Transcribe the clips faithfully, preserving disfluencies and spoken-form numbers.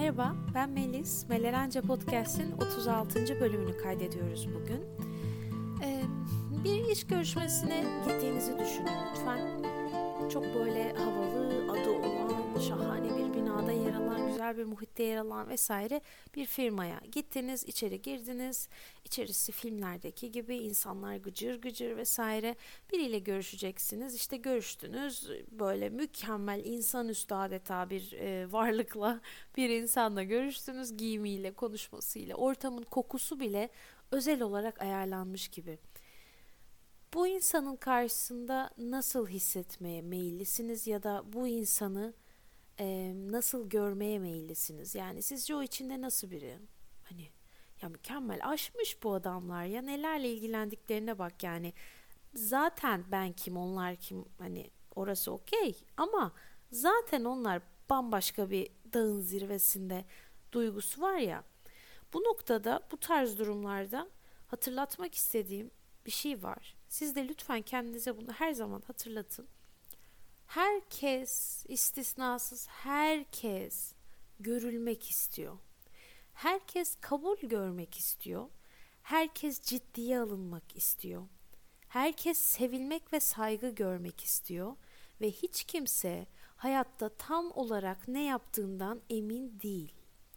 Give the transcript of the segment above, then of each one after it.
Merhaba, ben Melis. Melerence Podcast'in otuz altıncı bölümünü kaydediyoruz bugün. Ee, bir iş görüşmesine gittiğinizi düşünün lütfen. Çok böyle havalı, adı olan, şahane bir binada yer alan, güzel bir muhitte yer alan vesaire bir firmaya gittiniz, içeri girdiniz. İçerisi filmlerdeki gibi insanlar gıcır gıcır vesaire. Biriyle görüşeceksiniz. İşte görüştünüz, böyle mükemmel insanüstü adeta bir e, varlıkla bir insanla görüştünüz. Giyimiyle, konuşmasıyla, ortamın kokusu bile özel olarak ayarlanmış gibi. Bu insanın karşısında nasıl hissetmeye meyillisiniz ya da bu insanı e, nasıl görmeye meyillisiniz? Yani sizce o içinde nasıl biri? Hani ya mükemmel aşmış bu adamlar ya, nelerle ilgilendiklerine bak yani. Zaten ben kim, onlar kim, hani orası okey ama zaten onlar bambaşka bir dağın zirvesinde duygusu var ya. Bu noktada, bu tarz durumlarda hatırlatmak istediğim bir şey var. Siz de lütfen kendinize bunu her zaman hatırlatın. Herkes, istisnasız herkes görülmek istiyor. Herkes kabul görmek istiyor. Herkes ciddiye alınmak istiyor. Herkes sevilmek ve saygı görmek istiyor ve hiç kimse hayatta tam olarak ne yaptığından emin değil.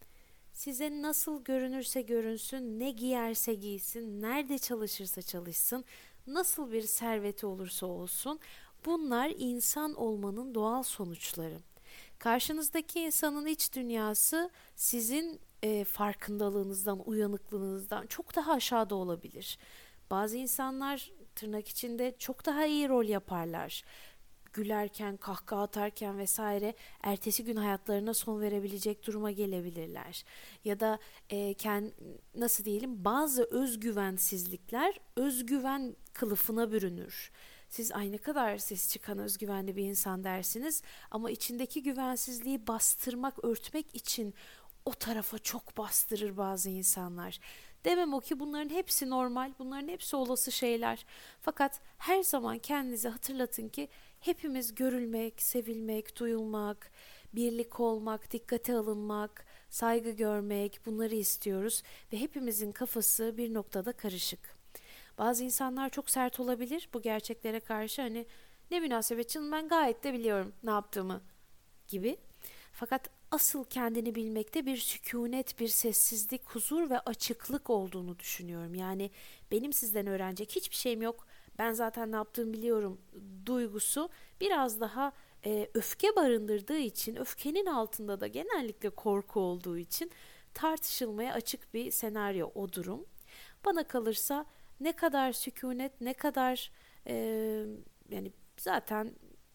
Size nasıl görünürse görünsün, ne giyerse giysin, nerede çalışırsa çalışsın, nasıl bir serveti olursa olsun, bunlar insan olmanın doğal sonuçları. Karşınızdaki insanın iç dünyası sizin e, farkındalığınızdan, uyanıklığınızdan çok daha aşağıda olabilir. Bazı insanlar tırnak içinde çok daha iyi rol yaparlar. Gülerken, kahkaha atarken vesaire ertesi gün hayatlarına son verebilecek duruma gelebilirler. Ya da e, kend, nasıl diyelim, bazı özgüvensizlikler özgüven kılıfına bürünür. Siz ay ne kadar ses çıkan özgüvenli bir insan dersiniz ama içindeki güvensizliği bastırmak, örtmek için o tarafa çok bastırır bazı insanlar. Demem o ki bunların hepsi normal, bunların hepsi olası şeyler. Fakat her zaman kendinize hatırlatın ki hepimiz görülmek, sevilmek, duyulmak, birlik olmak, dikkate alınmak, saygı görmek, bunları istiyoruz ve hepimizin kafası bir noktada karışık. Bazı insanlar çok sert olabilir bu gerçeklere karşı, hani ne münasebet canım, ben gayet de biliyorum ne yaptığımı gibi. Fakat asıl kendini bilmekte bir sükunet, bir sessizlik, huzur ve açıklık olduğunu düşünüyorum. Yani benim sizden öğrenecek hiçbir şeyim yok. Ben zaten ne yaptığımı biliyorum duygusu biraz daha e, öfke barındırdığı için, öfkenin altında da genellikle korku olduğu için tartışılmaya açık bir senaryo o durum. Bana kalırsa ne kadar sükunet, ne kadar e, yani zaten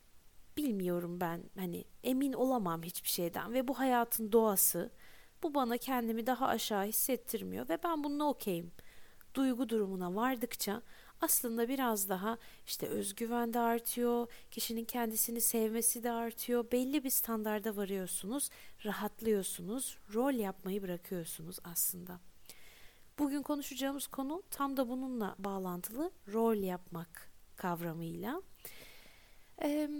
bilmiyorum, ben hani emin olamam hiçbir şeyden ve bu hayatın doğası, bu bana kendimi daha aşağı hissettirmiyor ve ben bununla okeyim. Duygu durumuna vardıkça aslında biraz daha işte özgüven de artıyor, kişinin kendisini sevmesi de artıyor, belli bir standarda varıyorsunuz, rahatlıyorsunuz, rol yapmayı bırakıyorsunuz aslında. Bugün konuşacağımız konu tam da bununla bağlantılı, rol yapmak kavramıyla. Ee,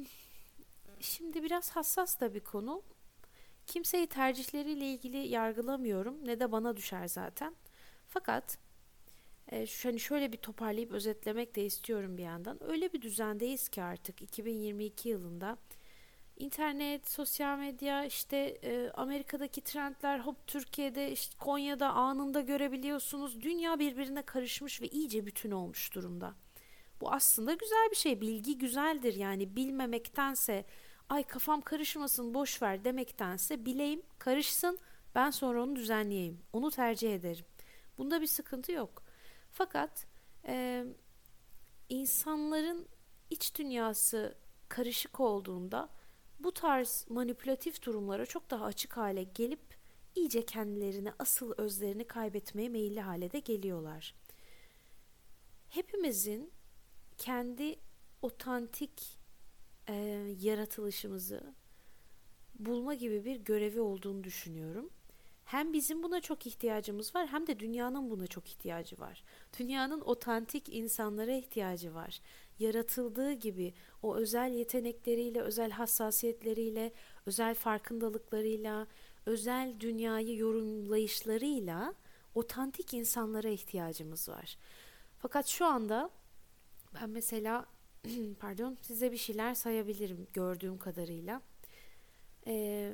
Şimdi biraz hassas da bir konu. Kimseyi tercihleriyle ilgili yargılamıyorum. Ne de bana düşer zaten. Fakat e, şu- hani şöyle bir toparlayıp özetlemek de istiyorum bir yandan. Öyle bir düzendeyiz ki artık iki bin yirmi iki yılında internet, sosyal medya, işte e, Amerika'daki trendler hop Türkiye'de, işte Konya'da anında görebiliyorsunuz. Dünya birbirine karışmış ve iyice bütün olmuş durumda. Bu aslında güzel bir şey. Bilgi güzeldir. Yani bilmemektense ay kafam karışmasın boş ver demektense bileyim, karışsın, ben sonra onu düzenleyeyim. Onu tercih ederim. Bunda bir sıkıntı yok. Fakat e, insanların iç dünyası karışık olduğunda bu tarz manipülatif durumlara çok daha açık hale gelip iyice kendilerini, asıl özlerini kaybetmeye meyilli hale de geliyorlar. Hepimizin kendi otantik e, yaratılışımızı bulma gibi bir görevi olduğunu düşünüyorum. Hem bizim buna çok ihtiyacımız var, hem de dünyanın buna çok ihtiyacı var. Dünyanın otantik insanlara ihtiyacı var. yaratıldığı gibi o özel yetenekleriyle, özel hassasiyetleriyle, özel farkındalıklarıyla, özel dünyayı yorumlayışlarıyla otantik insanlara ihtiyacımız var. Fakat şu anda ben mesela pardon size bir şeyler sayabilirim gördüğüm kadarıyla. Ee,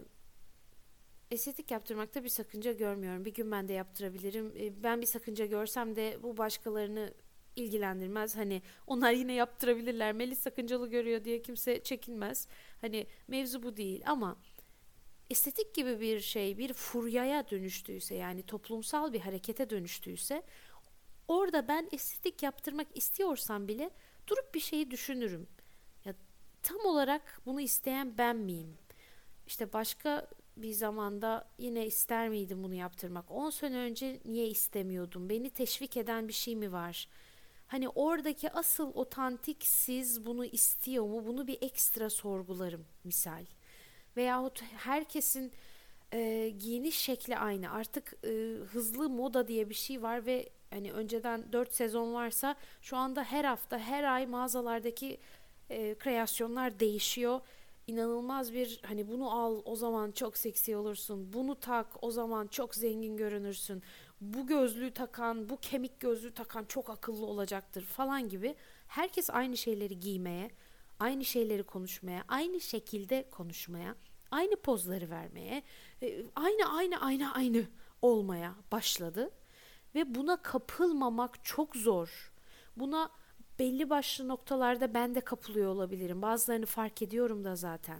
Estetik yaptırmakta bir sakınca görmüyorum. Bir gün ben de yaptırabilirim. Ee, ben bir sakınca görsem de bu başkalarını ilgilendirmez. Hani onlar yine yaptırabilirler. Melis sakıncalı görüyor diye kimse çekinmez. Hani mevzu bu değil ama estetik gibi bir şey bir furyaya dönüştüyse, yani toplumsal bir harekete dönüştüyse, orada ben estetik yaptırmak istiyorsam bile durup bir şeyi düşünürüm. Ya tam olarak bunu isteyen ben miyim? İşte başka bir zamanda yine ister miydim bunu yaptırmak? on sene önce niye istemiyordum? Beni teşvik eden bir şey mi var? Hani oradaki asıl otantik siz bunu istiyor mu? Bunu bir ekstra sorgularım misal. Veyahut herkesin e, giyiniş şekli aynı. Artık e, hızlı moda diye bir şey var ve hani önceden dört sezon varsa şu anda her hafta, her ay mağazalardaki e, kreasyonlar değişiyor. İnanılmaz bir hani bunu al o zaman çok seksi olursun. Bunu tak o zaman çok zengin görünürsün. Bu gözlüğü takan, bu kemik gözlüğü takan çok akıllı olacaktır falan gibi. Herkes aynı şeyleri giymeye, aynı şeyleri konuşmaya, aynı şekilde konuşmaya, aynı pozları vermeye, e, aynı aynı aynı aynı olmaya başladı. Ve buna kapılmamak çok zor. Buna belli başlı noktalarda ben de kapılıyor olabilirim. Bazılarını fark ediyorum da zaten.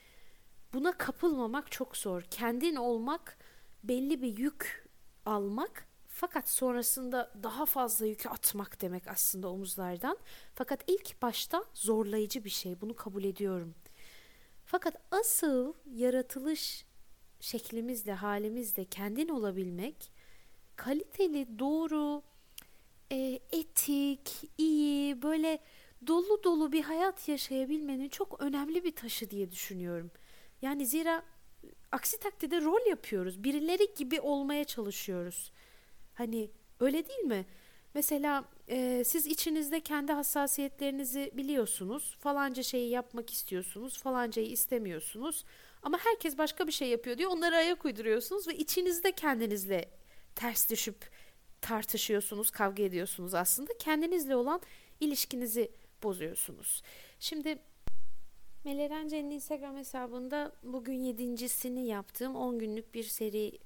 Buna kapılmamak çok zor. Kendin olmak belli bir yük almak, fakat sonrasında daha fazla yükü atmak demek aslında omuzlardan. Fakat ilk başta zorlayıcı bir şey. Bunu kabul ediyorum. Fakat asıl yaratılış şeklimizle, halimizle kendin olabilmek, kaliteli, doğru, e, etik, iyi, böyle dolu dolu bir hayat yaşayabilmenin çok önemli bir taşı diye düşünüyorum. Yani zira aksi takdirde rol yapıyoruz. Birileri gibi olmaya çalışıyoruz. Hani öyle değil mi? Mesela e, siz içinizde kendi hassasiyetlerinizi biliyorsunuz. Falanca şeyi yapmak istiyorsunuz. Falancayı istemiyorsunuz. Ama herkes başka bir şey yapıyor diye onlara ayak uyduruyorsunuz ve içinizde kendinizle ters düşüp tartışıyorsunuz, kavga ediyorsunuz aslında. Kendinizle olan ilişkinizi bozuyorsunuz. Şimdi Melek Erence'nin Instagram hesabında bugün yedincisini yaptığım on günlük bir seri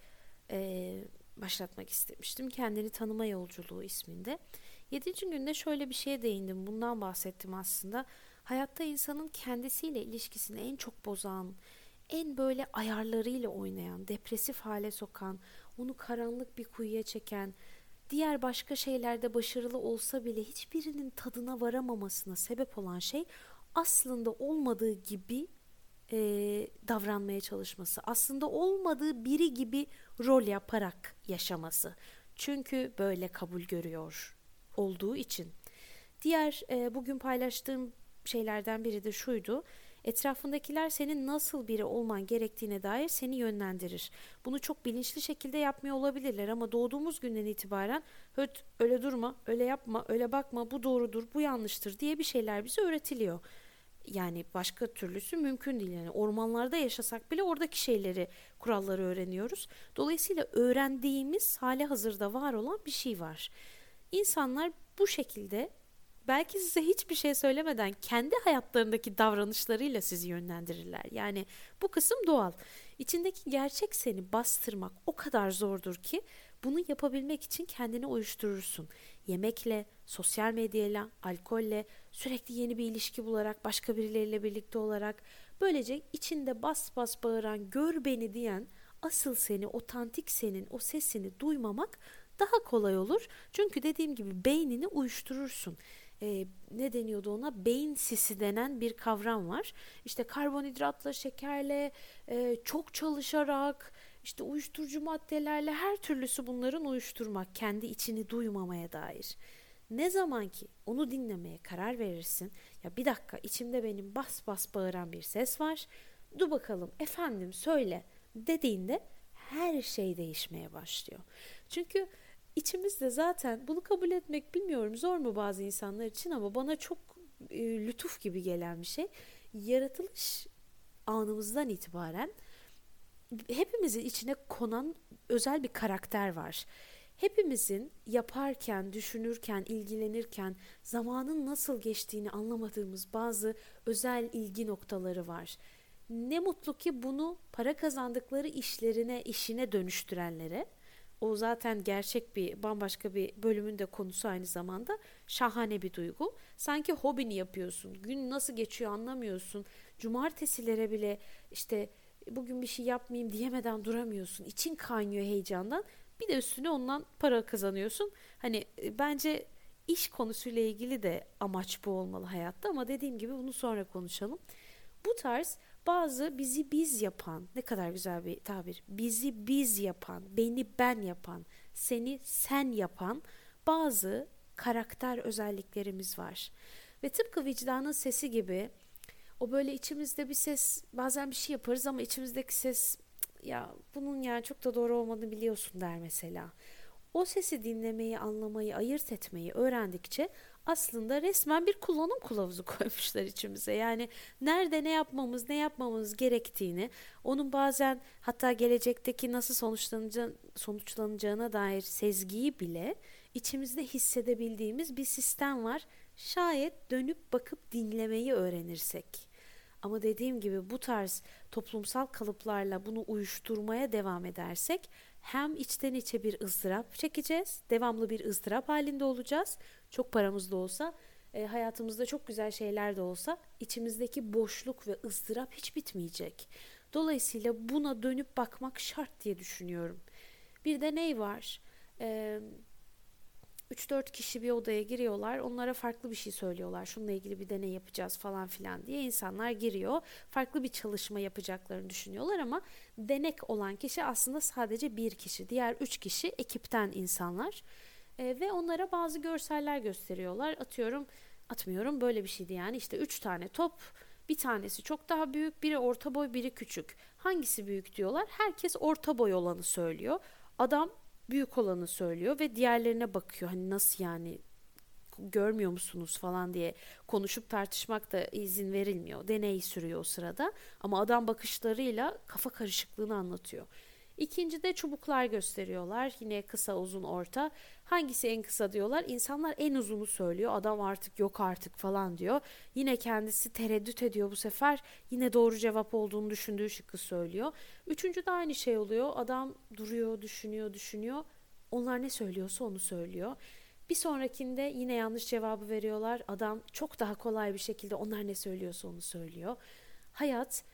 e, başlatmak istemiştim. Kendini tanıma yolculuğu isminde. Yedinci günde şöyle bir şeye değindim. Bundan bahsettim aslında. Hayatta insanın kendisiyle ilişkisini en çok bozan, en böyle ayarlarıyla oynayan, depresif hale sokan, onu karanlık bir kuyuya çeken, diğer başka şeylerde başarılı olsa bile hiçbirinin tadına varamamasına sebep olan şey aslında olmadığı gibi e, davranmaya çalışması, aslında olmadığı biri gibi rol yaparak yaşaması. Çünkü böyle kabul görüyor olduğu için. Diğer e, bugün paylaştığım şeylerden biri de şuydu. Etrafındakiler senin nasıl biri olman gerektiğine dair seni yönlendirir. Bunu çok bilinçli şekilde yapmıyor olabilirler ama doğduğumuz günden itibaren höt öyle durma, öyle yapma, öyle bakma, bu doğrudur, bu yanlıştır diye bir şeyler bize öğretiliyor. Yani başka türlüsü mümkün değil. Yani ormanlarda yaşasak bile oradaki şeyleri, kuralları öğreniyoruz. Dolayısıyla öğrendiğimiz hali hazırda var olan bir şey var. İnsanlar bu şekilde belki size hiçbir şey söylemeden kendi hayatlarındaki davranışlarıyla sizi yönlendirirler. Yani bu kısım doğal. İçindeki gerçek seni bastırmak o kadar zordur ki bunu yapabilmek için kendini uyuşturursun. Yemekle, sosyal medyayla, alkolle, sürekli yeni bir ilişki bularak, başka birileriyle birlikte olarak, böylece içinde bas bas bağıran, gör beni diyen asıl seni, otantik senin, o sesini duymamak daha kolay olur. Çünkü dediğim gibi beynini uyuşturursun. Ee, ne deniyordu ona? Beyin sisi denen bir kavram var. İşte karbonhidratla, şekerle, e, çok çalışarak, işte uyuşturucu maddelerle, her türlüsü bunların uyuşturmak, kendi içini duymamaya dair. Ne zaman ki onu dinlemeye karar verirsin, ya bir dakika içimde benim bas bas bağıran bir ses var, dur bakalım efendim söyle dediğinde her şey değişmeye başlıyor. Çünkü içimizde zaten bunu kabul etmek bilmiyorum zor mu bazı insanlar için ama bana çok e, lütuf gibi gelen bir şey. Yaratılış anımızdan itibaren hepimizin içine konan özel bir karakter var. Hepimizin yaparken, düşünürken, ilgilenirken zamanın nasıl geçtiğini anlamadığımız bazı özel ilgi noktaları var. Ne mutlu ki bunu para kazandıkları işlerine, işine dönüştürenlere. O zaten gerçek bir, bambaşka bir bölümün de konusu aynı zamanda. Şahane bir duygu. Sanki hobini yapıyorsun. Gün nasıl geçiyor anlamıyorsun. Cumartesilere bile işte bugün bir şey yapmayayım diyemeden duramıyorsun. İçin kaynıyor heyecandan. Bir de üstüne ondan para kazanıyorsun. Hani e, bence iş konusuyla ilgili de amaç bu olmalı hayatta, ama dediğim gibi bunu sonra konuşalım. Bu tarz bazı bizi biz yapan, ne kadar güzel bir tabir, bizi biz yapan, beni ben yapan, seni sen yapan bazı karakter özelliklerimiz var. Ve tıpkı vicdanın sesi gibi, o böyle içimizde bir ses, bazen bir şey yaparız ama içimizdeki ses ya bunun yani çok da doğru olmadığını biliyorsun der mesela. O sesi dinlemeyi, anlamayı, ayırt etmeyi öğrendikçe aslında resmen bir kullanım kılavuzu koymuşlar içimize. Yani nerede ne yapmamız, ne yapmamız gerektiğini, onun bazen hatta gelecekteki nasıl sonuçlanacağı, sonuçlanacağına dair sezgiyi bile içimizde hissedebildiğimiz bir sistem var. Şayet dönüp bakıp dinlemeyi öğrenirsek. Ama dediğim gibi bu tarz toplumsal kalıplarla bunu uyuşturmaya devam edersek hem içten içe bir ızdırap çekeceğiz, devamlı bir ızdırap halinde olacağız. Çok paramız da olsa, e, hayatımızda çok güzel şeyler de olsa içimizdeki boşluk ve ızdırap hiç bitmeyecek. Dolayısıyla buna dönüp bakmak şart diye düşünüyorum. Bir de ney var? Eee üç dört kişi bir odaya giriyorlar. Onlara farklı bir şey söylüyorlar. Şununla ilgili bir deney yapacağız falan filan diye. İnsanlar giriyor. Farklı bir çalışma yapacaklarını düşünüyorlar ama denek olan kişi aslında sadece bir kişi. Diğer üç kişi ekipten insanlar. E, ve onlara bazı görseller gösteriyorlar. Atıyorum, atmıyorum böyle bir şeydi yani. İşte üç tane top. Bir tanesi çok daha büyük, biri orta boy, biri küçük. Hangisi büyük diyorlar. Herkes orta boy olanı söylüyor. Adam büyük olanı söylüyor ve diğerlerine bakıyor. Hani nasıl yani, görmüyor musunuz falan diye konuşup tartışmak da izin verilmiyor. Deney sürüyor o sırada. Ama adam bakışlarıyla kafa karışıklığını anlatıyor. İkinci de çubuklar gösteriyorlar. Yine kısa, uzun, orta. Hangisi en kısa diyorlar. İnsanlar en uzunu söylüyor. Adam artık yok artık falan diyor. Yine kendisi tereddüt ediyor bu sefer. Yine doğru cevap olduğunu düşündüğü şıkkı söylüyor. Üçüncü de aynı şey oluyor. Adam duruyor, düşünüyor, düşünüyor. Onlar ne söylüyorsa onu söylüyor. Bir sonrakinde yine yanlış cevabı veriyorlar. Adam çok daha kolay bir şekilde onlar ne söylüyorsa onu söylüyor. Hayat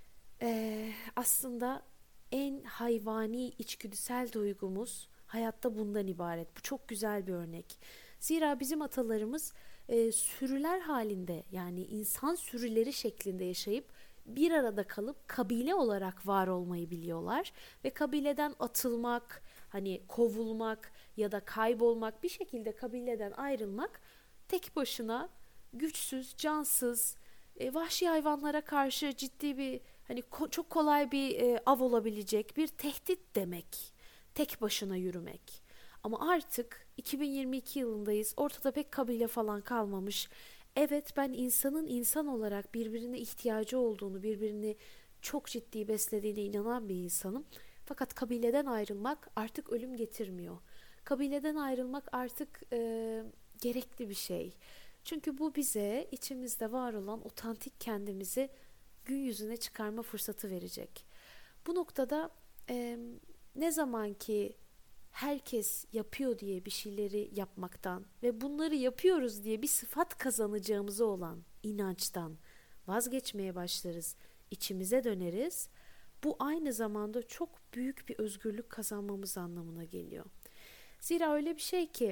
eee, aslında en hayvani içgüdüsel duygumuz hayatta bundan ibaret. Bu çok güzel bir örnek. Zira bizim atalarımız e, sürüler halinde, yani insan sürüleri şeklinde yaşayıp bir arada kalıp kabile olarak var olmayı biliyorlar ve kabileden atılmak, hani kovulmak ya da kaybolmak, bir şekilde kabileden ayrılmak tek başına güçsüz, cansız, e, vahşi hayvanlara karşı ciddi bir, hani ko- çok kolay bir e, av olabilecek bir tehdit demek. Tek başına yürümek. Ama artık iki bin yirmi iki yılındayız. Ortada pek kabile falan kalmamış. Evet, ben insanın insan olarak birbirine ihtiyacı olduğunu, birbirini çok ciddi beslediğine inanan bir insanım. Fakat kabileden ayrılmak artık ölüm getirmiyor. Kabileden ayrılmak artık e, gerekli bir şey. Çünkü bu bize içimizde var olan otantik kendimizi gün yüzüne çıkarma fırsatı verecek. Bu noktada e, ne zaman ki herkes yapıyor diye bir şeyleri yapmaktan ve bunları yapıyoruz diye bir sıfat kazanacağımıza olan inançtan vazgeçmeye başlarız, içimize döneriz. Bu aynı zamanda çok büyük bir özgürlük kazanmamız anlamına geliyor. Zira öyle bir şey ki,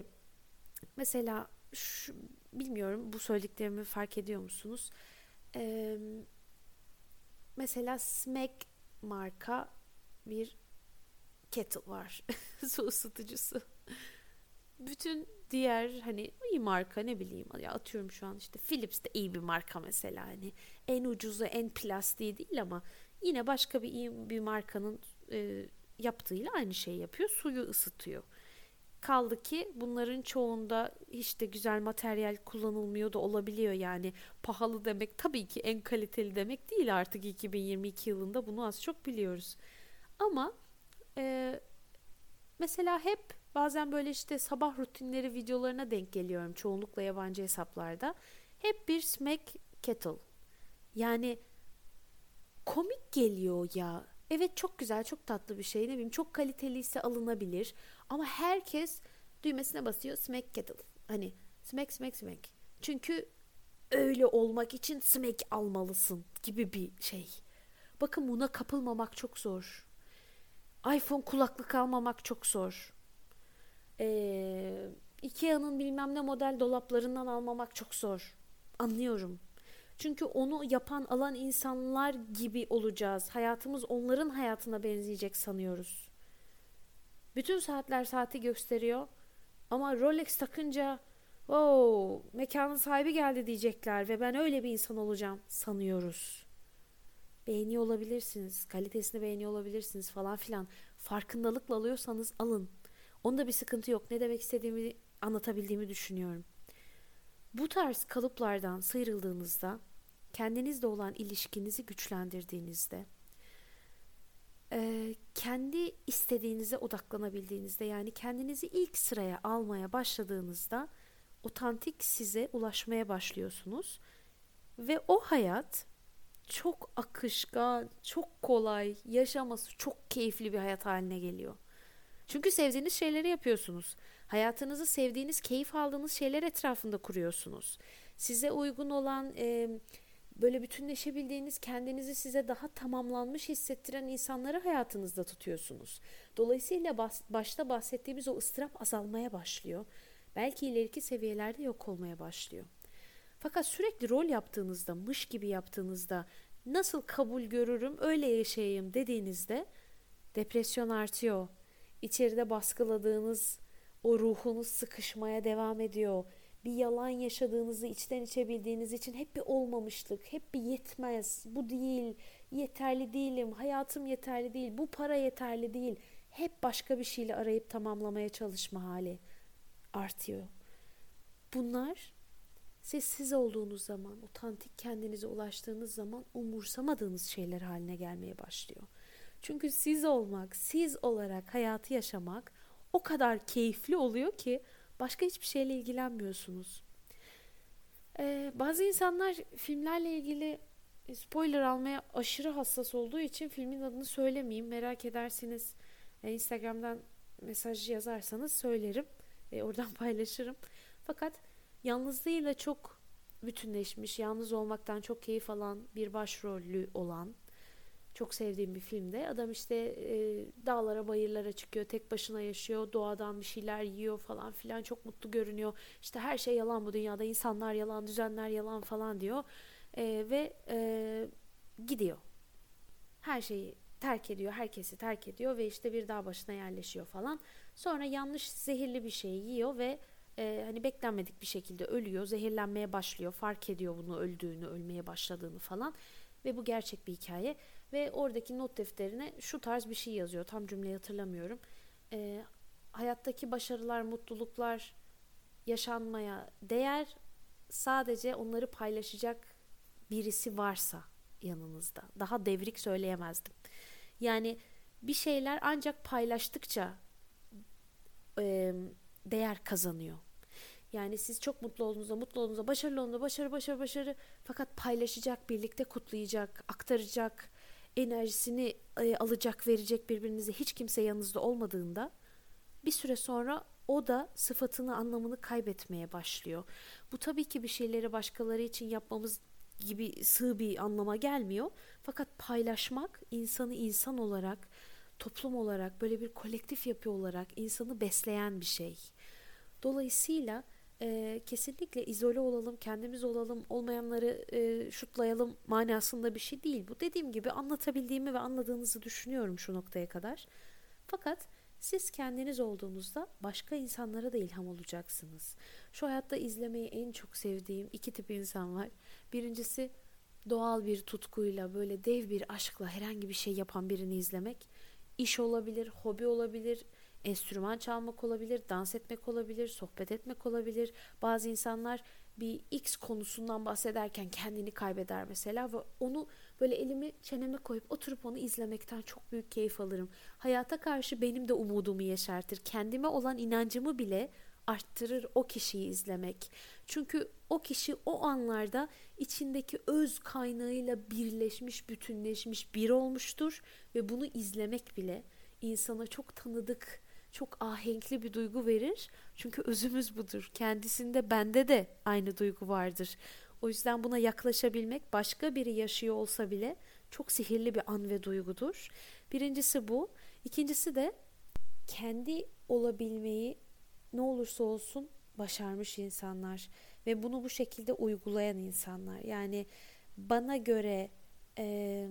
mesela şu, bilmiyorum bu söylediklerimi fark ediyor musunuz? Ee, Mesela Smack marka bir kettle var. Su ısıtıcısı. Bütün diğer hani iyi marka, ne bileyim ya, atıyorum şu an işte Philips de iyi bir marka mesela, hani en ucuzu en plastiği değil ama yine başka bir iyi bir markanın e, yaptığıyla aynı şeyi yapıyor, suyu ısıtıyor. Kaldı ki bunların çoğunda hiç de güzel materyal kullanılmıyor da olabiliyor yani. Pahalı demek tabii ki en kaliteli demek değil, artık iki bin yirmi iki yılında bunu az çok biliyoruz. Ama e, mesela hep bazen böyle işte sabah rutinleri videolarına denk geliyorum, çoğunlukla yabancı hesaplarda. Hep bir smack kettle. Yani komik geliyor ya. Evet, çok güzel, çok tatlı bir şey. Ne bileyim, çok kaliteliyse alınabilir. Ama herkes düğmesine basıyor, smack kettle. Hani smack smack smack. Çünkü öyle olmak için smack almalısın gibi bir şey. Bakın, buna kapılmamak çok zor. iPhone kulaklık almamak çok zor. Ee, Ikea'nın bilmem ne model dolaplarından almamak çok zor. Anlıyorum. Çünkü onu yapan, alan insanlar gibi olacağız. Hayatımız onların hayatına benzeyecek sanıyoruz. Bütün saatler saati gösteriyor. Ama Rolex takınca wow, mekanın sahibi geldi diyecekler ve ben öyle bir insan olacağım sanıyoruz. Beğeniyor olabilirsiniz, kalitesini beğeniyor olabilirsiniz falan filan. Farkındalıkla alıyorsanız alın. Onda bir sıkıntı yok. Ne demek istediğimi anlatabildiğimi düşünüyorum. Bu tarz kalıplardan sıyrıldığınızda, kendinizle olan ilişkinizi güçlendirdiğinizde, e, kendi istediğinize odaklanabildiğinizde, yani kendinizi ilk sıraya almaya başladığınızda otantik size ulaşmaya başlıyorsunuz ve o hayat çok akışkan, çok kolay, yaşaması çok keyifli bir hayat haline geliyor. Çünkü sevdiğiniz şeyleri yapıyorsunuz. Hayatınızı sevdiğiniz, keyif aldığınız şeyler etrafında kuruyorsunuz. Size uygun olan, e, böyle bütünleşebildiğiniz, kendinizi size daha tamamlanmış hissettiren insanları hayatınızda tutuyorsunuz. Dolayısıyla bas, başta bahsettiğimiz o ıstırap azalmaya başlıyor. Belki ileriki seviyelerde yok olmaya başlıyor. Fakat sürekli rol yaptığınızda, mış gibi yaptığınızda, nasıl kabul görürüm, öyle yaşayayım dediğinizde depresyon artıyor. İçeride baskıladığınız o ruhunuz sıkışmaya devam ediyor. Bir yalan yaşadığınızı içten içe bildiğiniz için hep bir olmamışlık, hep bir yetmez, bu değil, yeterli değilim, hayatım yeterli değil, bu para yeterli değil. Hep başka bir şeyle arayıp tamamlamaya çalışma hali artıyor. Bunlar siz siz olduğunuz zaman, otantik kendinize ulaştığınız zaman umursamadığınız şeyler haline gelmeye başlıyor. Çünkü siz olmak, siz olarak hayatı yaşamak o kadar keyifli oluyor ki başka hiçbir şeyle ilgilenmiyorsunuz. Ee, bazı insanlar filmlerle ilgili spoiler almaya aşırı hassas olduğu için filmin adını söylemeyeyim. Merak ederseniz e, Instagram'dan mesaj yazarsanız söylerim. E, oradan paylaşırım. Fakat yalnızlığıyla çok bütünleşmiş, yalnız olmaktan çok keyif alan bir başrollü olan çok sevdiğim bir filmde. Adam işte e, dağlara bayırlara çıkıyor, tek başına yaşıyor, doğadan bir şeyler yiyor falan filan, çok mutlu görünüyor. İşte her şey yalan bu dünyada, insanlar yalan, düzenler yalan falan diyor. E, ve e, gidiyor. Her şeyi terk ediyor, herkesi terk ediyor ve işte bir dağ başına yerleşiyor falan. Sonra yanlış zehirli bir şey yiyor ve e, hani beklenmedik bir şekilde ölüyor, zehirlenmeye başlıyor, fark ediyor bunu, öldüğünü, ölmeye başladığını falan. Ve bu gerçek bir hikaye. Ve oradaki not defterine şu tarz bir şey yazıyor. Tam cümleyi hatırlamıyorum. E, Hayattaki başarılar, mutluluklar yaşanmaya değer. Sadece onları paylaşacak birisi varsa yanınızda. Daha devrik söyleyemezdim. Yani bir şeyler ancak paylaştıkça e, değer kazanıyor. Yani siz çok mutlu olduğunuzda, mutlu olduğunuzda, başarılı olduğunuzda, başarı, başarı, başarı. Fakat paylaşacak, birlikte kutlayacak, aktaracak, enerjisini e, alacak, verecek birbirinize hiç kimse yanınızda olmadığında bir süre sonra o da sıfatını, anlamını kaybetmeye başlıyor. Bu tabii ki bir şeyleri başkaları için yapmamız gibi sığ bir anlama gelmiyor. Fakat paylaşmak insanı insan olarak, toplum olarak, böyle bir kolektif yapı olarak insanı besleyen bir şey. Dolayısıyla e, kesinlikle izole olalım, kendimiz olalım, olmayanları e, şutlayalım manasında bir şey değil. Bu, dediğim gibi, anlatabildiğimi ve anladığınızı düşünüyorum şu noktaya kadar. Fakat siz kendiniz olduğunuzda başka insanlara da ilham olacaksınız. Şu hayatta izlemeyi en çok sevdiğim iki tip insan var. Birincisi doğal bir tutkuyla, böyle dev bir aşkla herhangi bir şey yapan birini izlemek. İş olabilir, hobi olabilir, enstrüman çalmak olabilir, dans etmek olabilir, sohbet etmek olabilir. Bazı insanlar bir X konusundan bahsederken kendini kaybeder mesela ve onu böyle elimi çeneme koyup oturup onu izlemekten çok büyük keyif alırım. Hayata karşı benim de umudumu yeşertir. Kendime olan inancımı bile arttırır o kişiyi izlemek. Çünkü o kişi o anlarda içindeki öz kaynağıyla birleşmiş, bütünleşmiş, bir olmuştur ve bunu izlemek bile insana çok tanıdık, çok ahenkli bir duygu verir. Çünkü özümüz budur. Kendisinde, bende de aynı duygu vardır. O yüzden buna yaklaşabilmek, başka biri yaşıyor olsa bile çok sihirli bir an ve duygudur. Birincisi bu. İkincisi de kendi olabilmeyi ne olursa olsun başarmış insanlar ve bunu bu şekilde uygulayan insanlar. Yani bana göre e,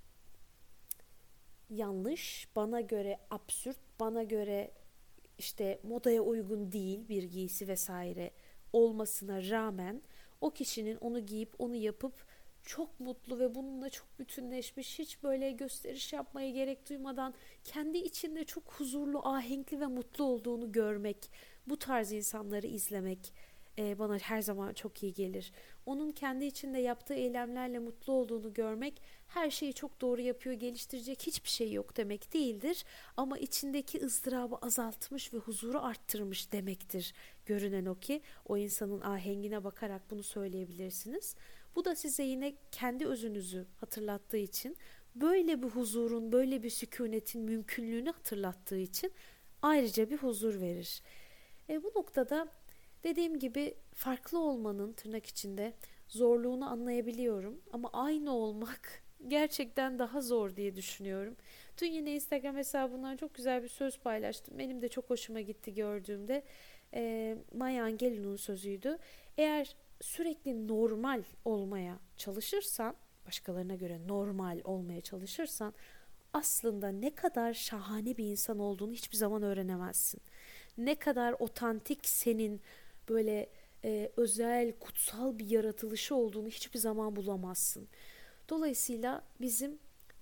yanlış, bana göre absürt, bana göre işte modaya uygun değil bir giysi vesaire olmasına rağmen o kişinin onu giyip onu yapıp çok mutlu ve bununla çok bütünleşmiş, hiç böyle gösteriş yapmaya gerek duymadan kendi içinde çok huzurlu, ahenkli ve mutlu olduğunu görmek, bu tarz insanları izlemek e, bana her zaman çok iyi gelir. Onun kendi içinde yaptığı eylemlerle mutlu olduğunu görmek, her şeyi çok doğru yapıyor, geliştirecek hiçbir şey yok demek değildir. Ama içindeki ızdırabı azaltmış ve huzuru arttırmış demektir. Görünen o ki o insanın ahengine bakarak bunu söyleyebilirsiniz. Bu da size yine kendi özünüzü hatırlattığı için, böyle bir huzurun, böyle bir sükunetin mümkünlüğünü hatırlattığı için ayrıca bir huzur verir. E, bu noktada dediğim gibi farklı olmanın tırnak içinde zorluğunu anlayabiliyorum ama aynı olmak gerçekten daha zor diye düşünüyorum. Dün yine Instagram hesabından çok güzel bir söz paylaştım. Benim de çok hoşuma gitti gördüğümde. E, Maya Angelou'nun sözüydü. Eğer sürekli normal olmaya çalışırsan, başkalarına göre normal olmaya çalışırsan, aslında ne kadar şahane bir insan olduğunu hiçbir zaman öğrenemezsin. Ne kadar otantik senin böyle e, özel, kutsal bir yaratılışı olduğunu hiçbir zaman bulamazsın. Dolayısıyla bizim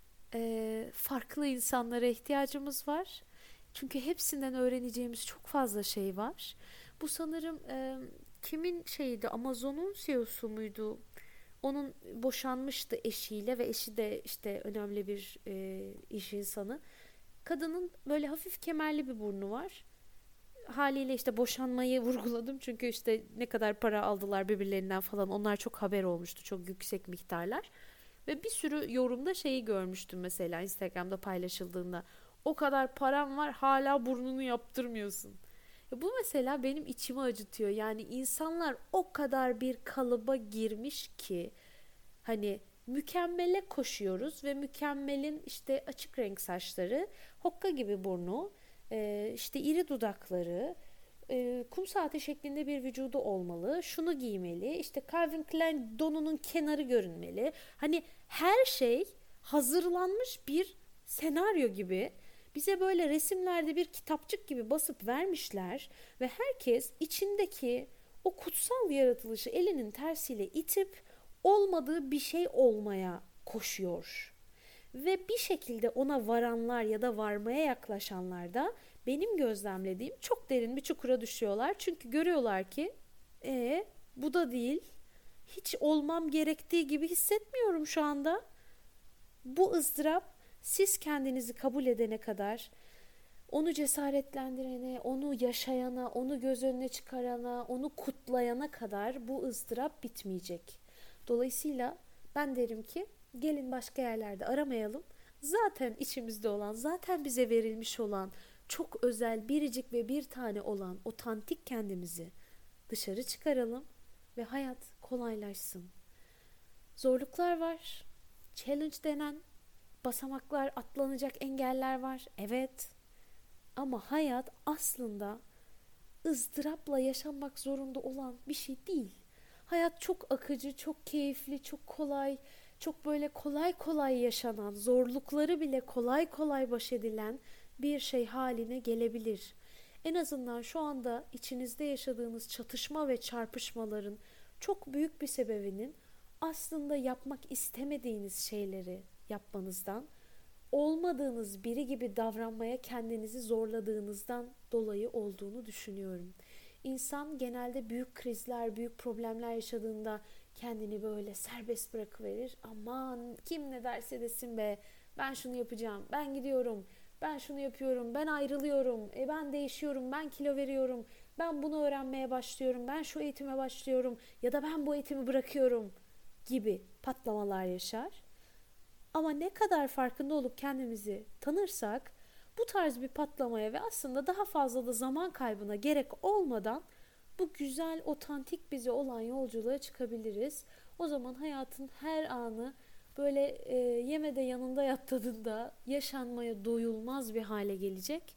e, farklı insanlara ihtiyacımız var. Çünkü hepsinden öğreneceğimiz çok fazla şey var. Bu sanırım e, kimin şeydi, Amazon'un C E O'su muydu? Onun boşanmıştı eşiyle ve eşi de işte önemli bir e, iş insanı. Kadının böyle hafif kemerli bir burnu var. Haliyle işte boşanmayı vurguladım çünkü işte ne kadar para aldılar birbirlerinden falan, onlar çok haber olmuştu, çok yüksek miktarlar ve bir sürü yorumda şeyi görmüştüm mesela Instagram'da paylaşıldığında, o kadar param var hala burnunu yaptırmıyorsun. Ya bu mesela benim içimi acıtıyor. Yani insanlar o kadar bir kalıba girmiş ki hani mükemmele koşuyoruz ve mükemmelin işte açık renk saçları, hokka gibi burnu, e, işte iri dudakları, e, kum saati şeklinde bir vücudu olmalı, şunu giymeli, işte Calvin Klein donunun kenarı görünmeli. Hani her şey hazırlanmış bir senaryo gibi bize böyle resimlerde bir kitapçık gibi basıp vermişler ve herkes içindeki o kutsal yaratılışı elinin tersiyle itip olmadığı bir şey olmaya koşuyor. Ve bir şekilde ona varanlar ya da varmaya yaklaşanlar da benim gözlemlediğim çok derin bir çukura düşüyorlar. Çünkü görüyorlar ki e bu da değil. Hiç olmam gerektiği gibi hissetmiyorum şu anda. Bu ızdırap siz kendinizi kabul edene kadar, onu cesaretlendirene, onu yaşayana, onu göz önüne çıkarana, onu kutlayana kadar bu ızdırap bitmeyecek. Dolayısıyla ben derim ki gelin başka yerlerde aramayalım. Zaten içimizde olan, zaten bize verilmiş olan, çok özel, biricik ve bir tane olan otantik kendimizi dışarı çıkaralım ve hayat kolaylaşsın. Zorluklar var, challenge denen basamaklar, atlanacak engeller var. Evet. Ama hayat aslında ızdırapla yaşanmak zorunda olan bir şey değil. Hayat çok akıcı, çok keyifli, çok kolay, çok böyle kolay kolay yaşanan, zorlukları bile kolay kolay baş edilen bir şey haline gelebilir. En azından şu anda içinizde yaşadığınız çatışma ve çarpışmaların çok büyük bir sebebinin aslında yapmak istemediğiniz şeyleri yapmanızdan, olmadığınız biri gibi davranmaya kendinizi zorladığınızdan dolayı olduğunu düşünüyorum. İnsan genelde büyük krizler, büyük problemler yaşadığında kendini böyle serbest bırakıverir. Aman kim ne derse desin be, ben şunu yapacağım, ben gidiyorum, ben şunu yapıyorum, ben ayrılıyorum, e ben değişiyorum, ben kilo veriyorum, ben bunu öğrenmeye başlıyorum, ben şu eğitime başlıyorum ya da ben bu eğitimi bırakıyorum gibi patlamalar yaşar. Ama ne kadar farkında olup kendimizi tanırsak bu tarz bir patlamaya ve aslında daha fazla da zaman kaybına gerek olmadan bu güzel, otantik bize olan yolculuğa çıkabiliriz. O zaman hayatın her anı böyle e, yeme de yanında yat tadında yaşanmaya doyulmaz bir hale gelecek.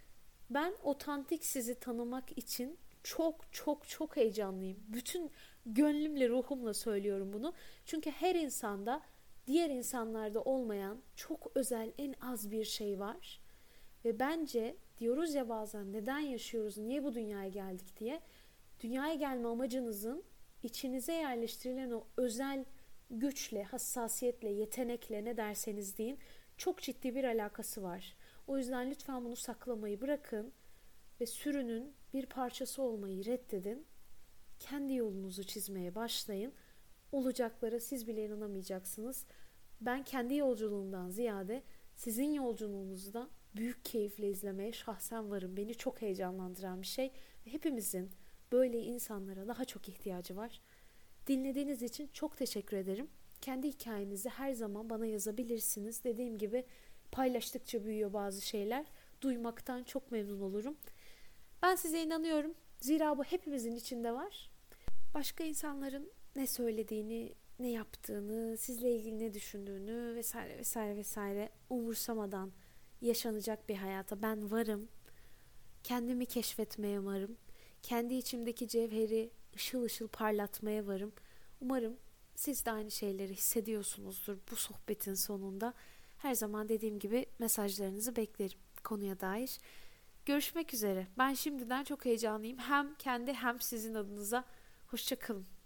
Ben otantik sizi tanımak için çok çok çok heyecanlıyım. Bütün gönlümle, ruhumla söylüyorum bunu. Çünkü her insanda diğer insanlarda olmayan çok özel en az bir şey var. Ve bence diyoruz ya bazen neden yaşıyoruz, niye bu dünyaya geldik diye. Dünyaya gelme amacınızın içinize yerleştirilen o özel güçle, hassasiyetle, yetenekle ne derseniz deyin çok ciddi bir alakası var. O yüzden lütfen bunu saklamayı bırakın ve sürünün bir parçası olmayı reddedin. Kendi yolunuzu çizmeye başlayın. Olacaklara siz bile inanamayacaksınız. Ben kendi yolculuğumdan ziyade sizin yolculuğunuzu da büyük keyifle izlemeye şahsen varım. Beni çok heyecanlandıran bir şey ve hepimizin böyle insanlara daha çok ihtiyacı var. Dinlediğiniz için çok teşekkür ederim. Kendi hikayenizi her zaman bana yazabilirsiniz. Dediğim gibi paylaştıkça büyüyor bazı şeyler. Duymaktan çok memnun olurum. Ben size inanıyorum. Zira bu hepimizin içinde var. Başka insanların ne söylediğini, ne yaptığını, sizle ilgili ne düşündüğünü vesaire vesaire vesaire umursamadan yaşanacak bir hayata ben varım. Kendimi keşfetmeye varım. Kendi içimdeki cevheri ışıl ışıl parlatmaya varım. Umarım siz de aynı şeyleri hissediyorsunuzdur bu sohbetin sonunda. Her zaman dediğim gibi mesajlarınızı beklerim konuya dair. Görüşmek üzere. Ben şimdiden çok heyecanlıyım. Hem kendi hem sizin adınıza. Hoşça kalın.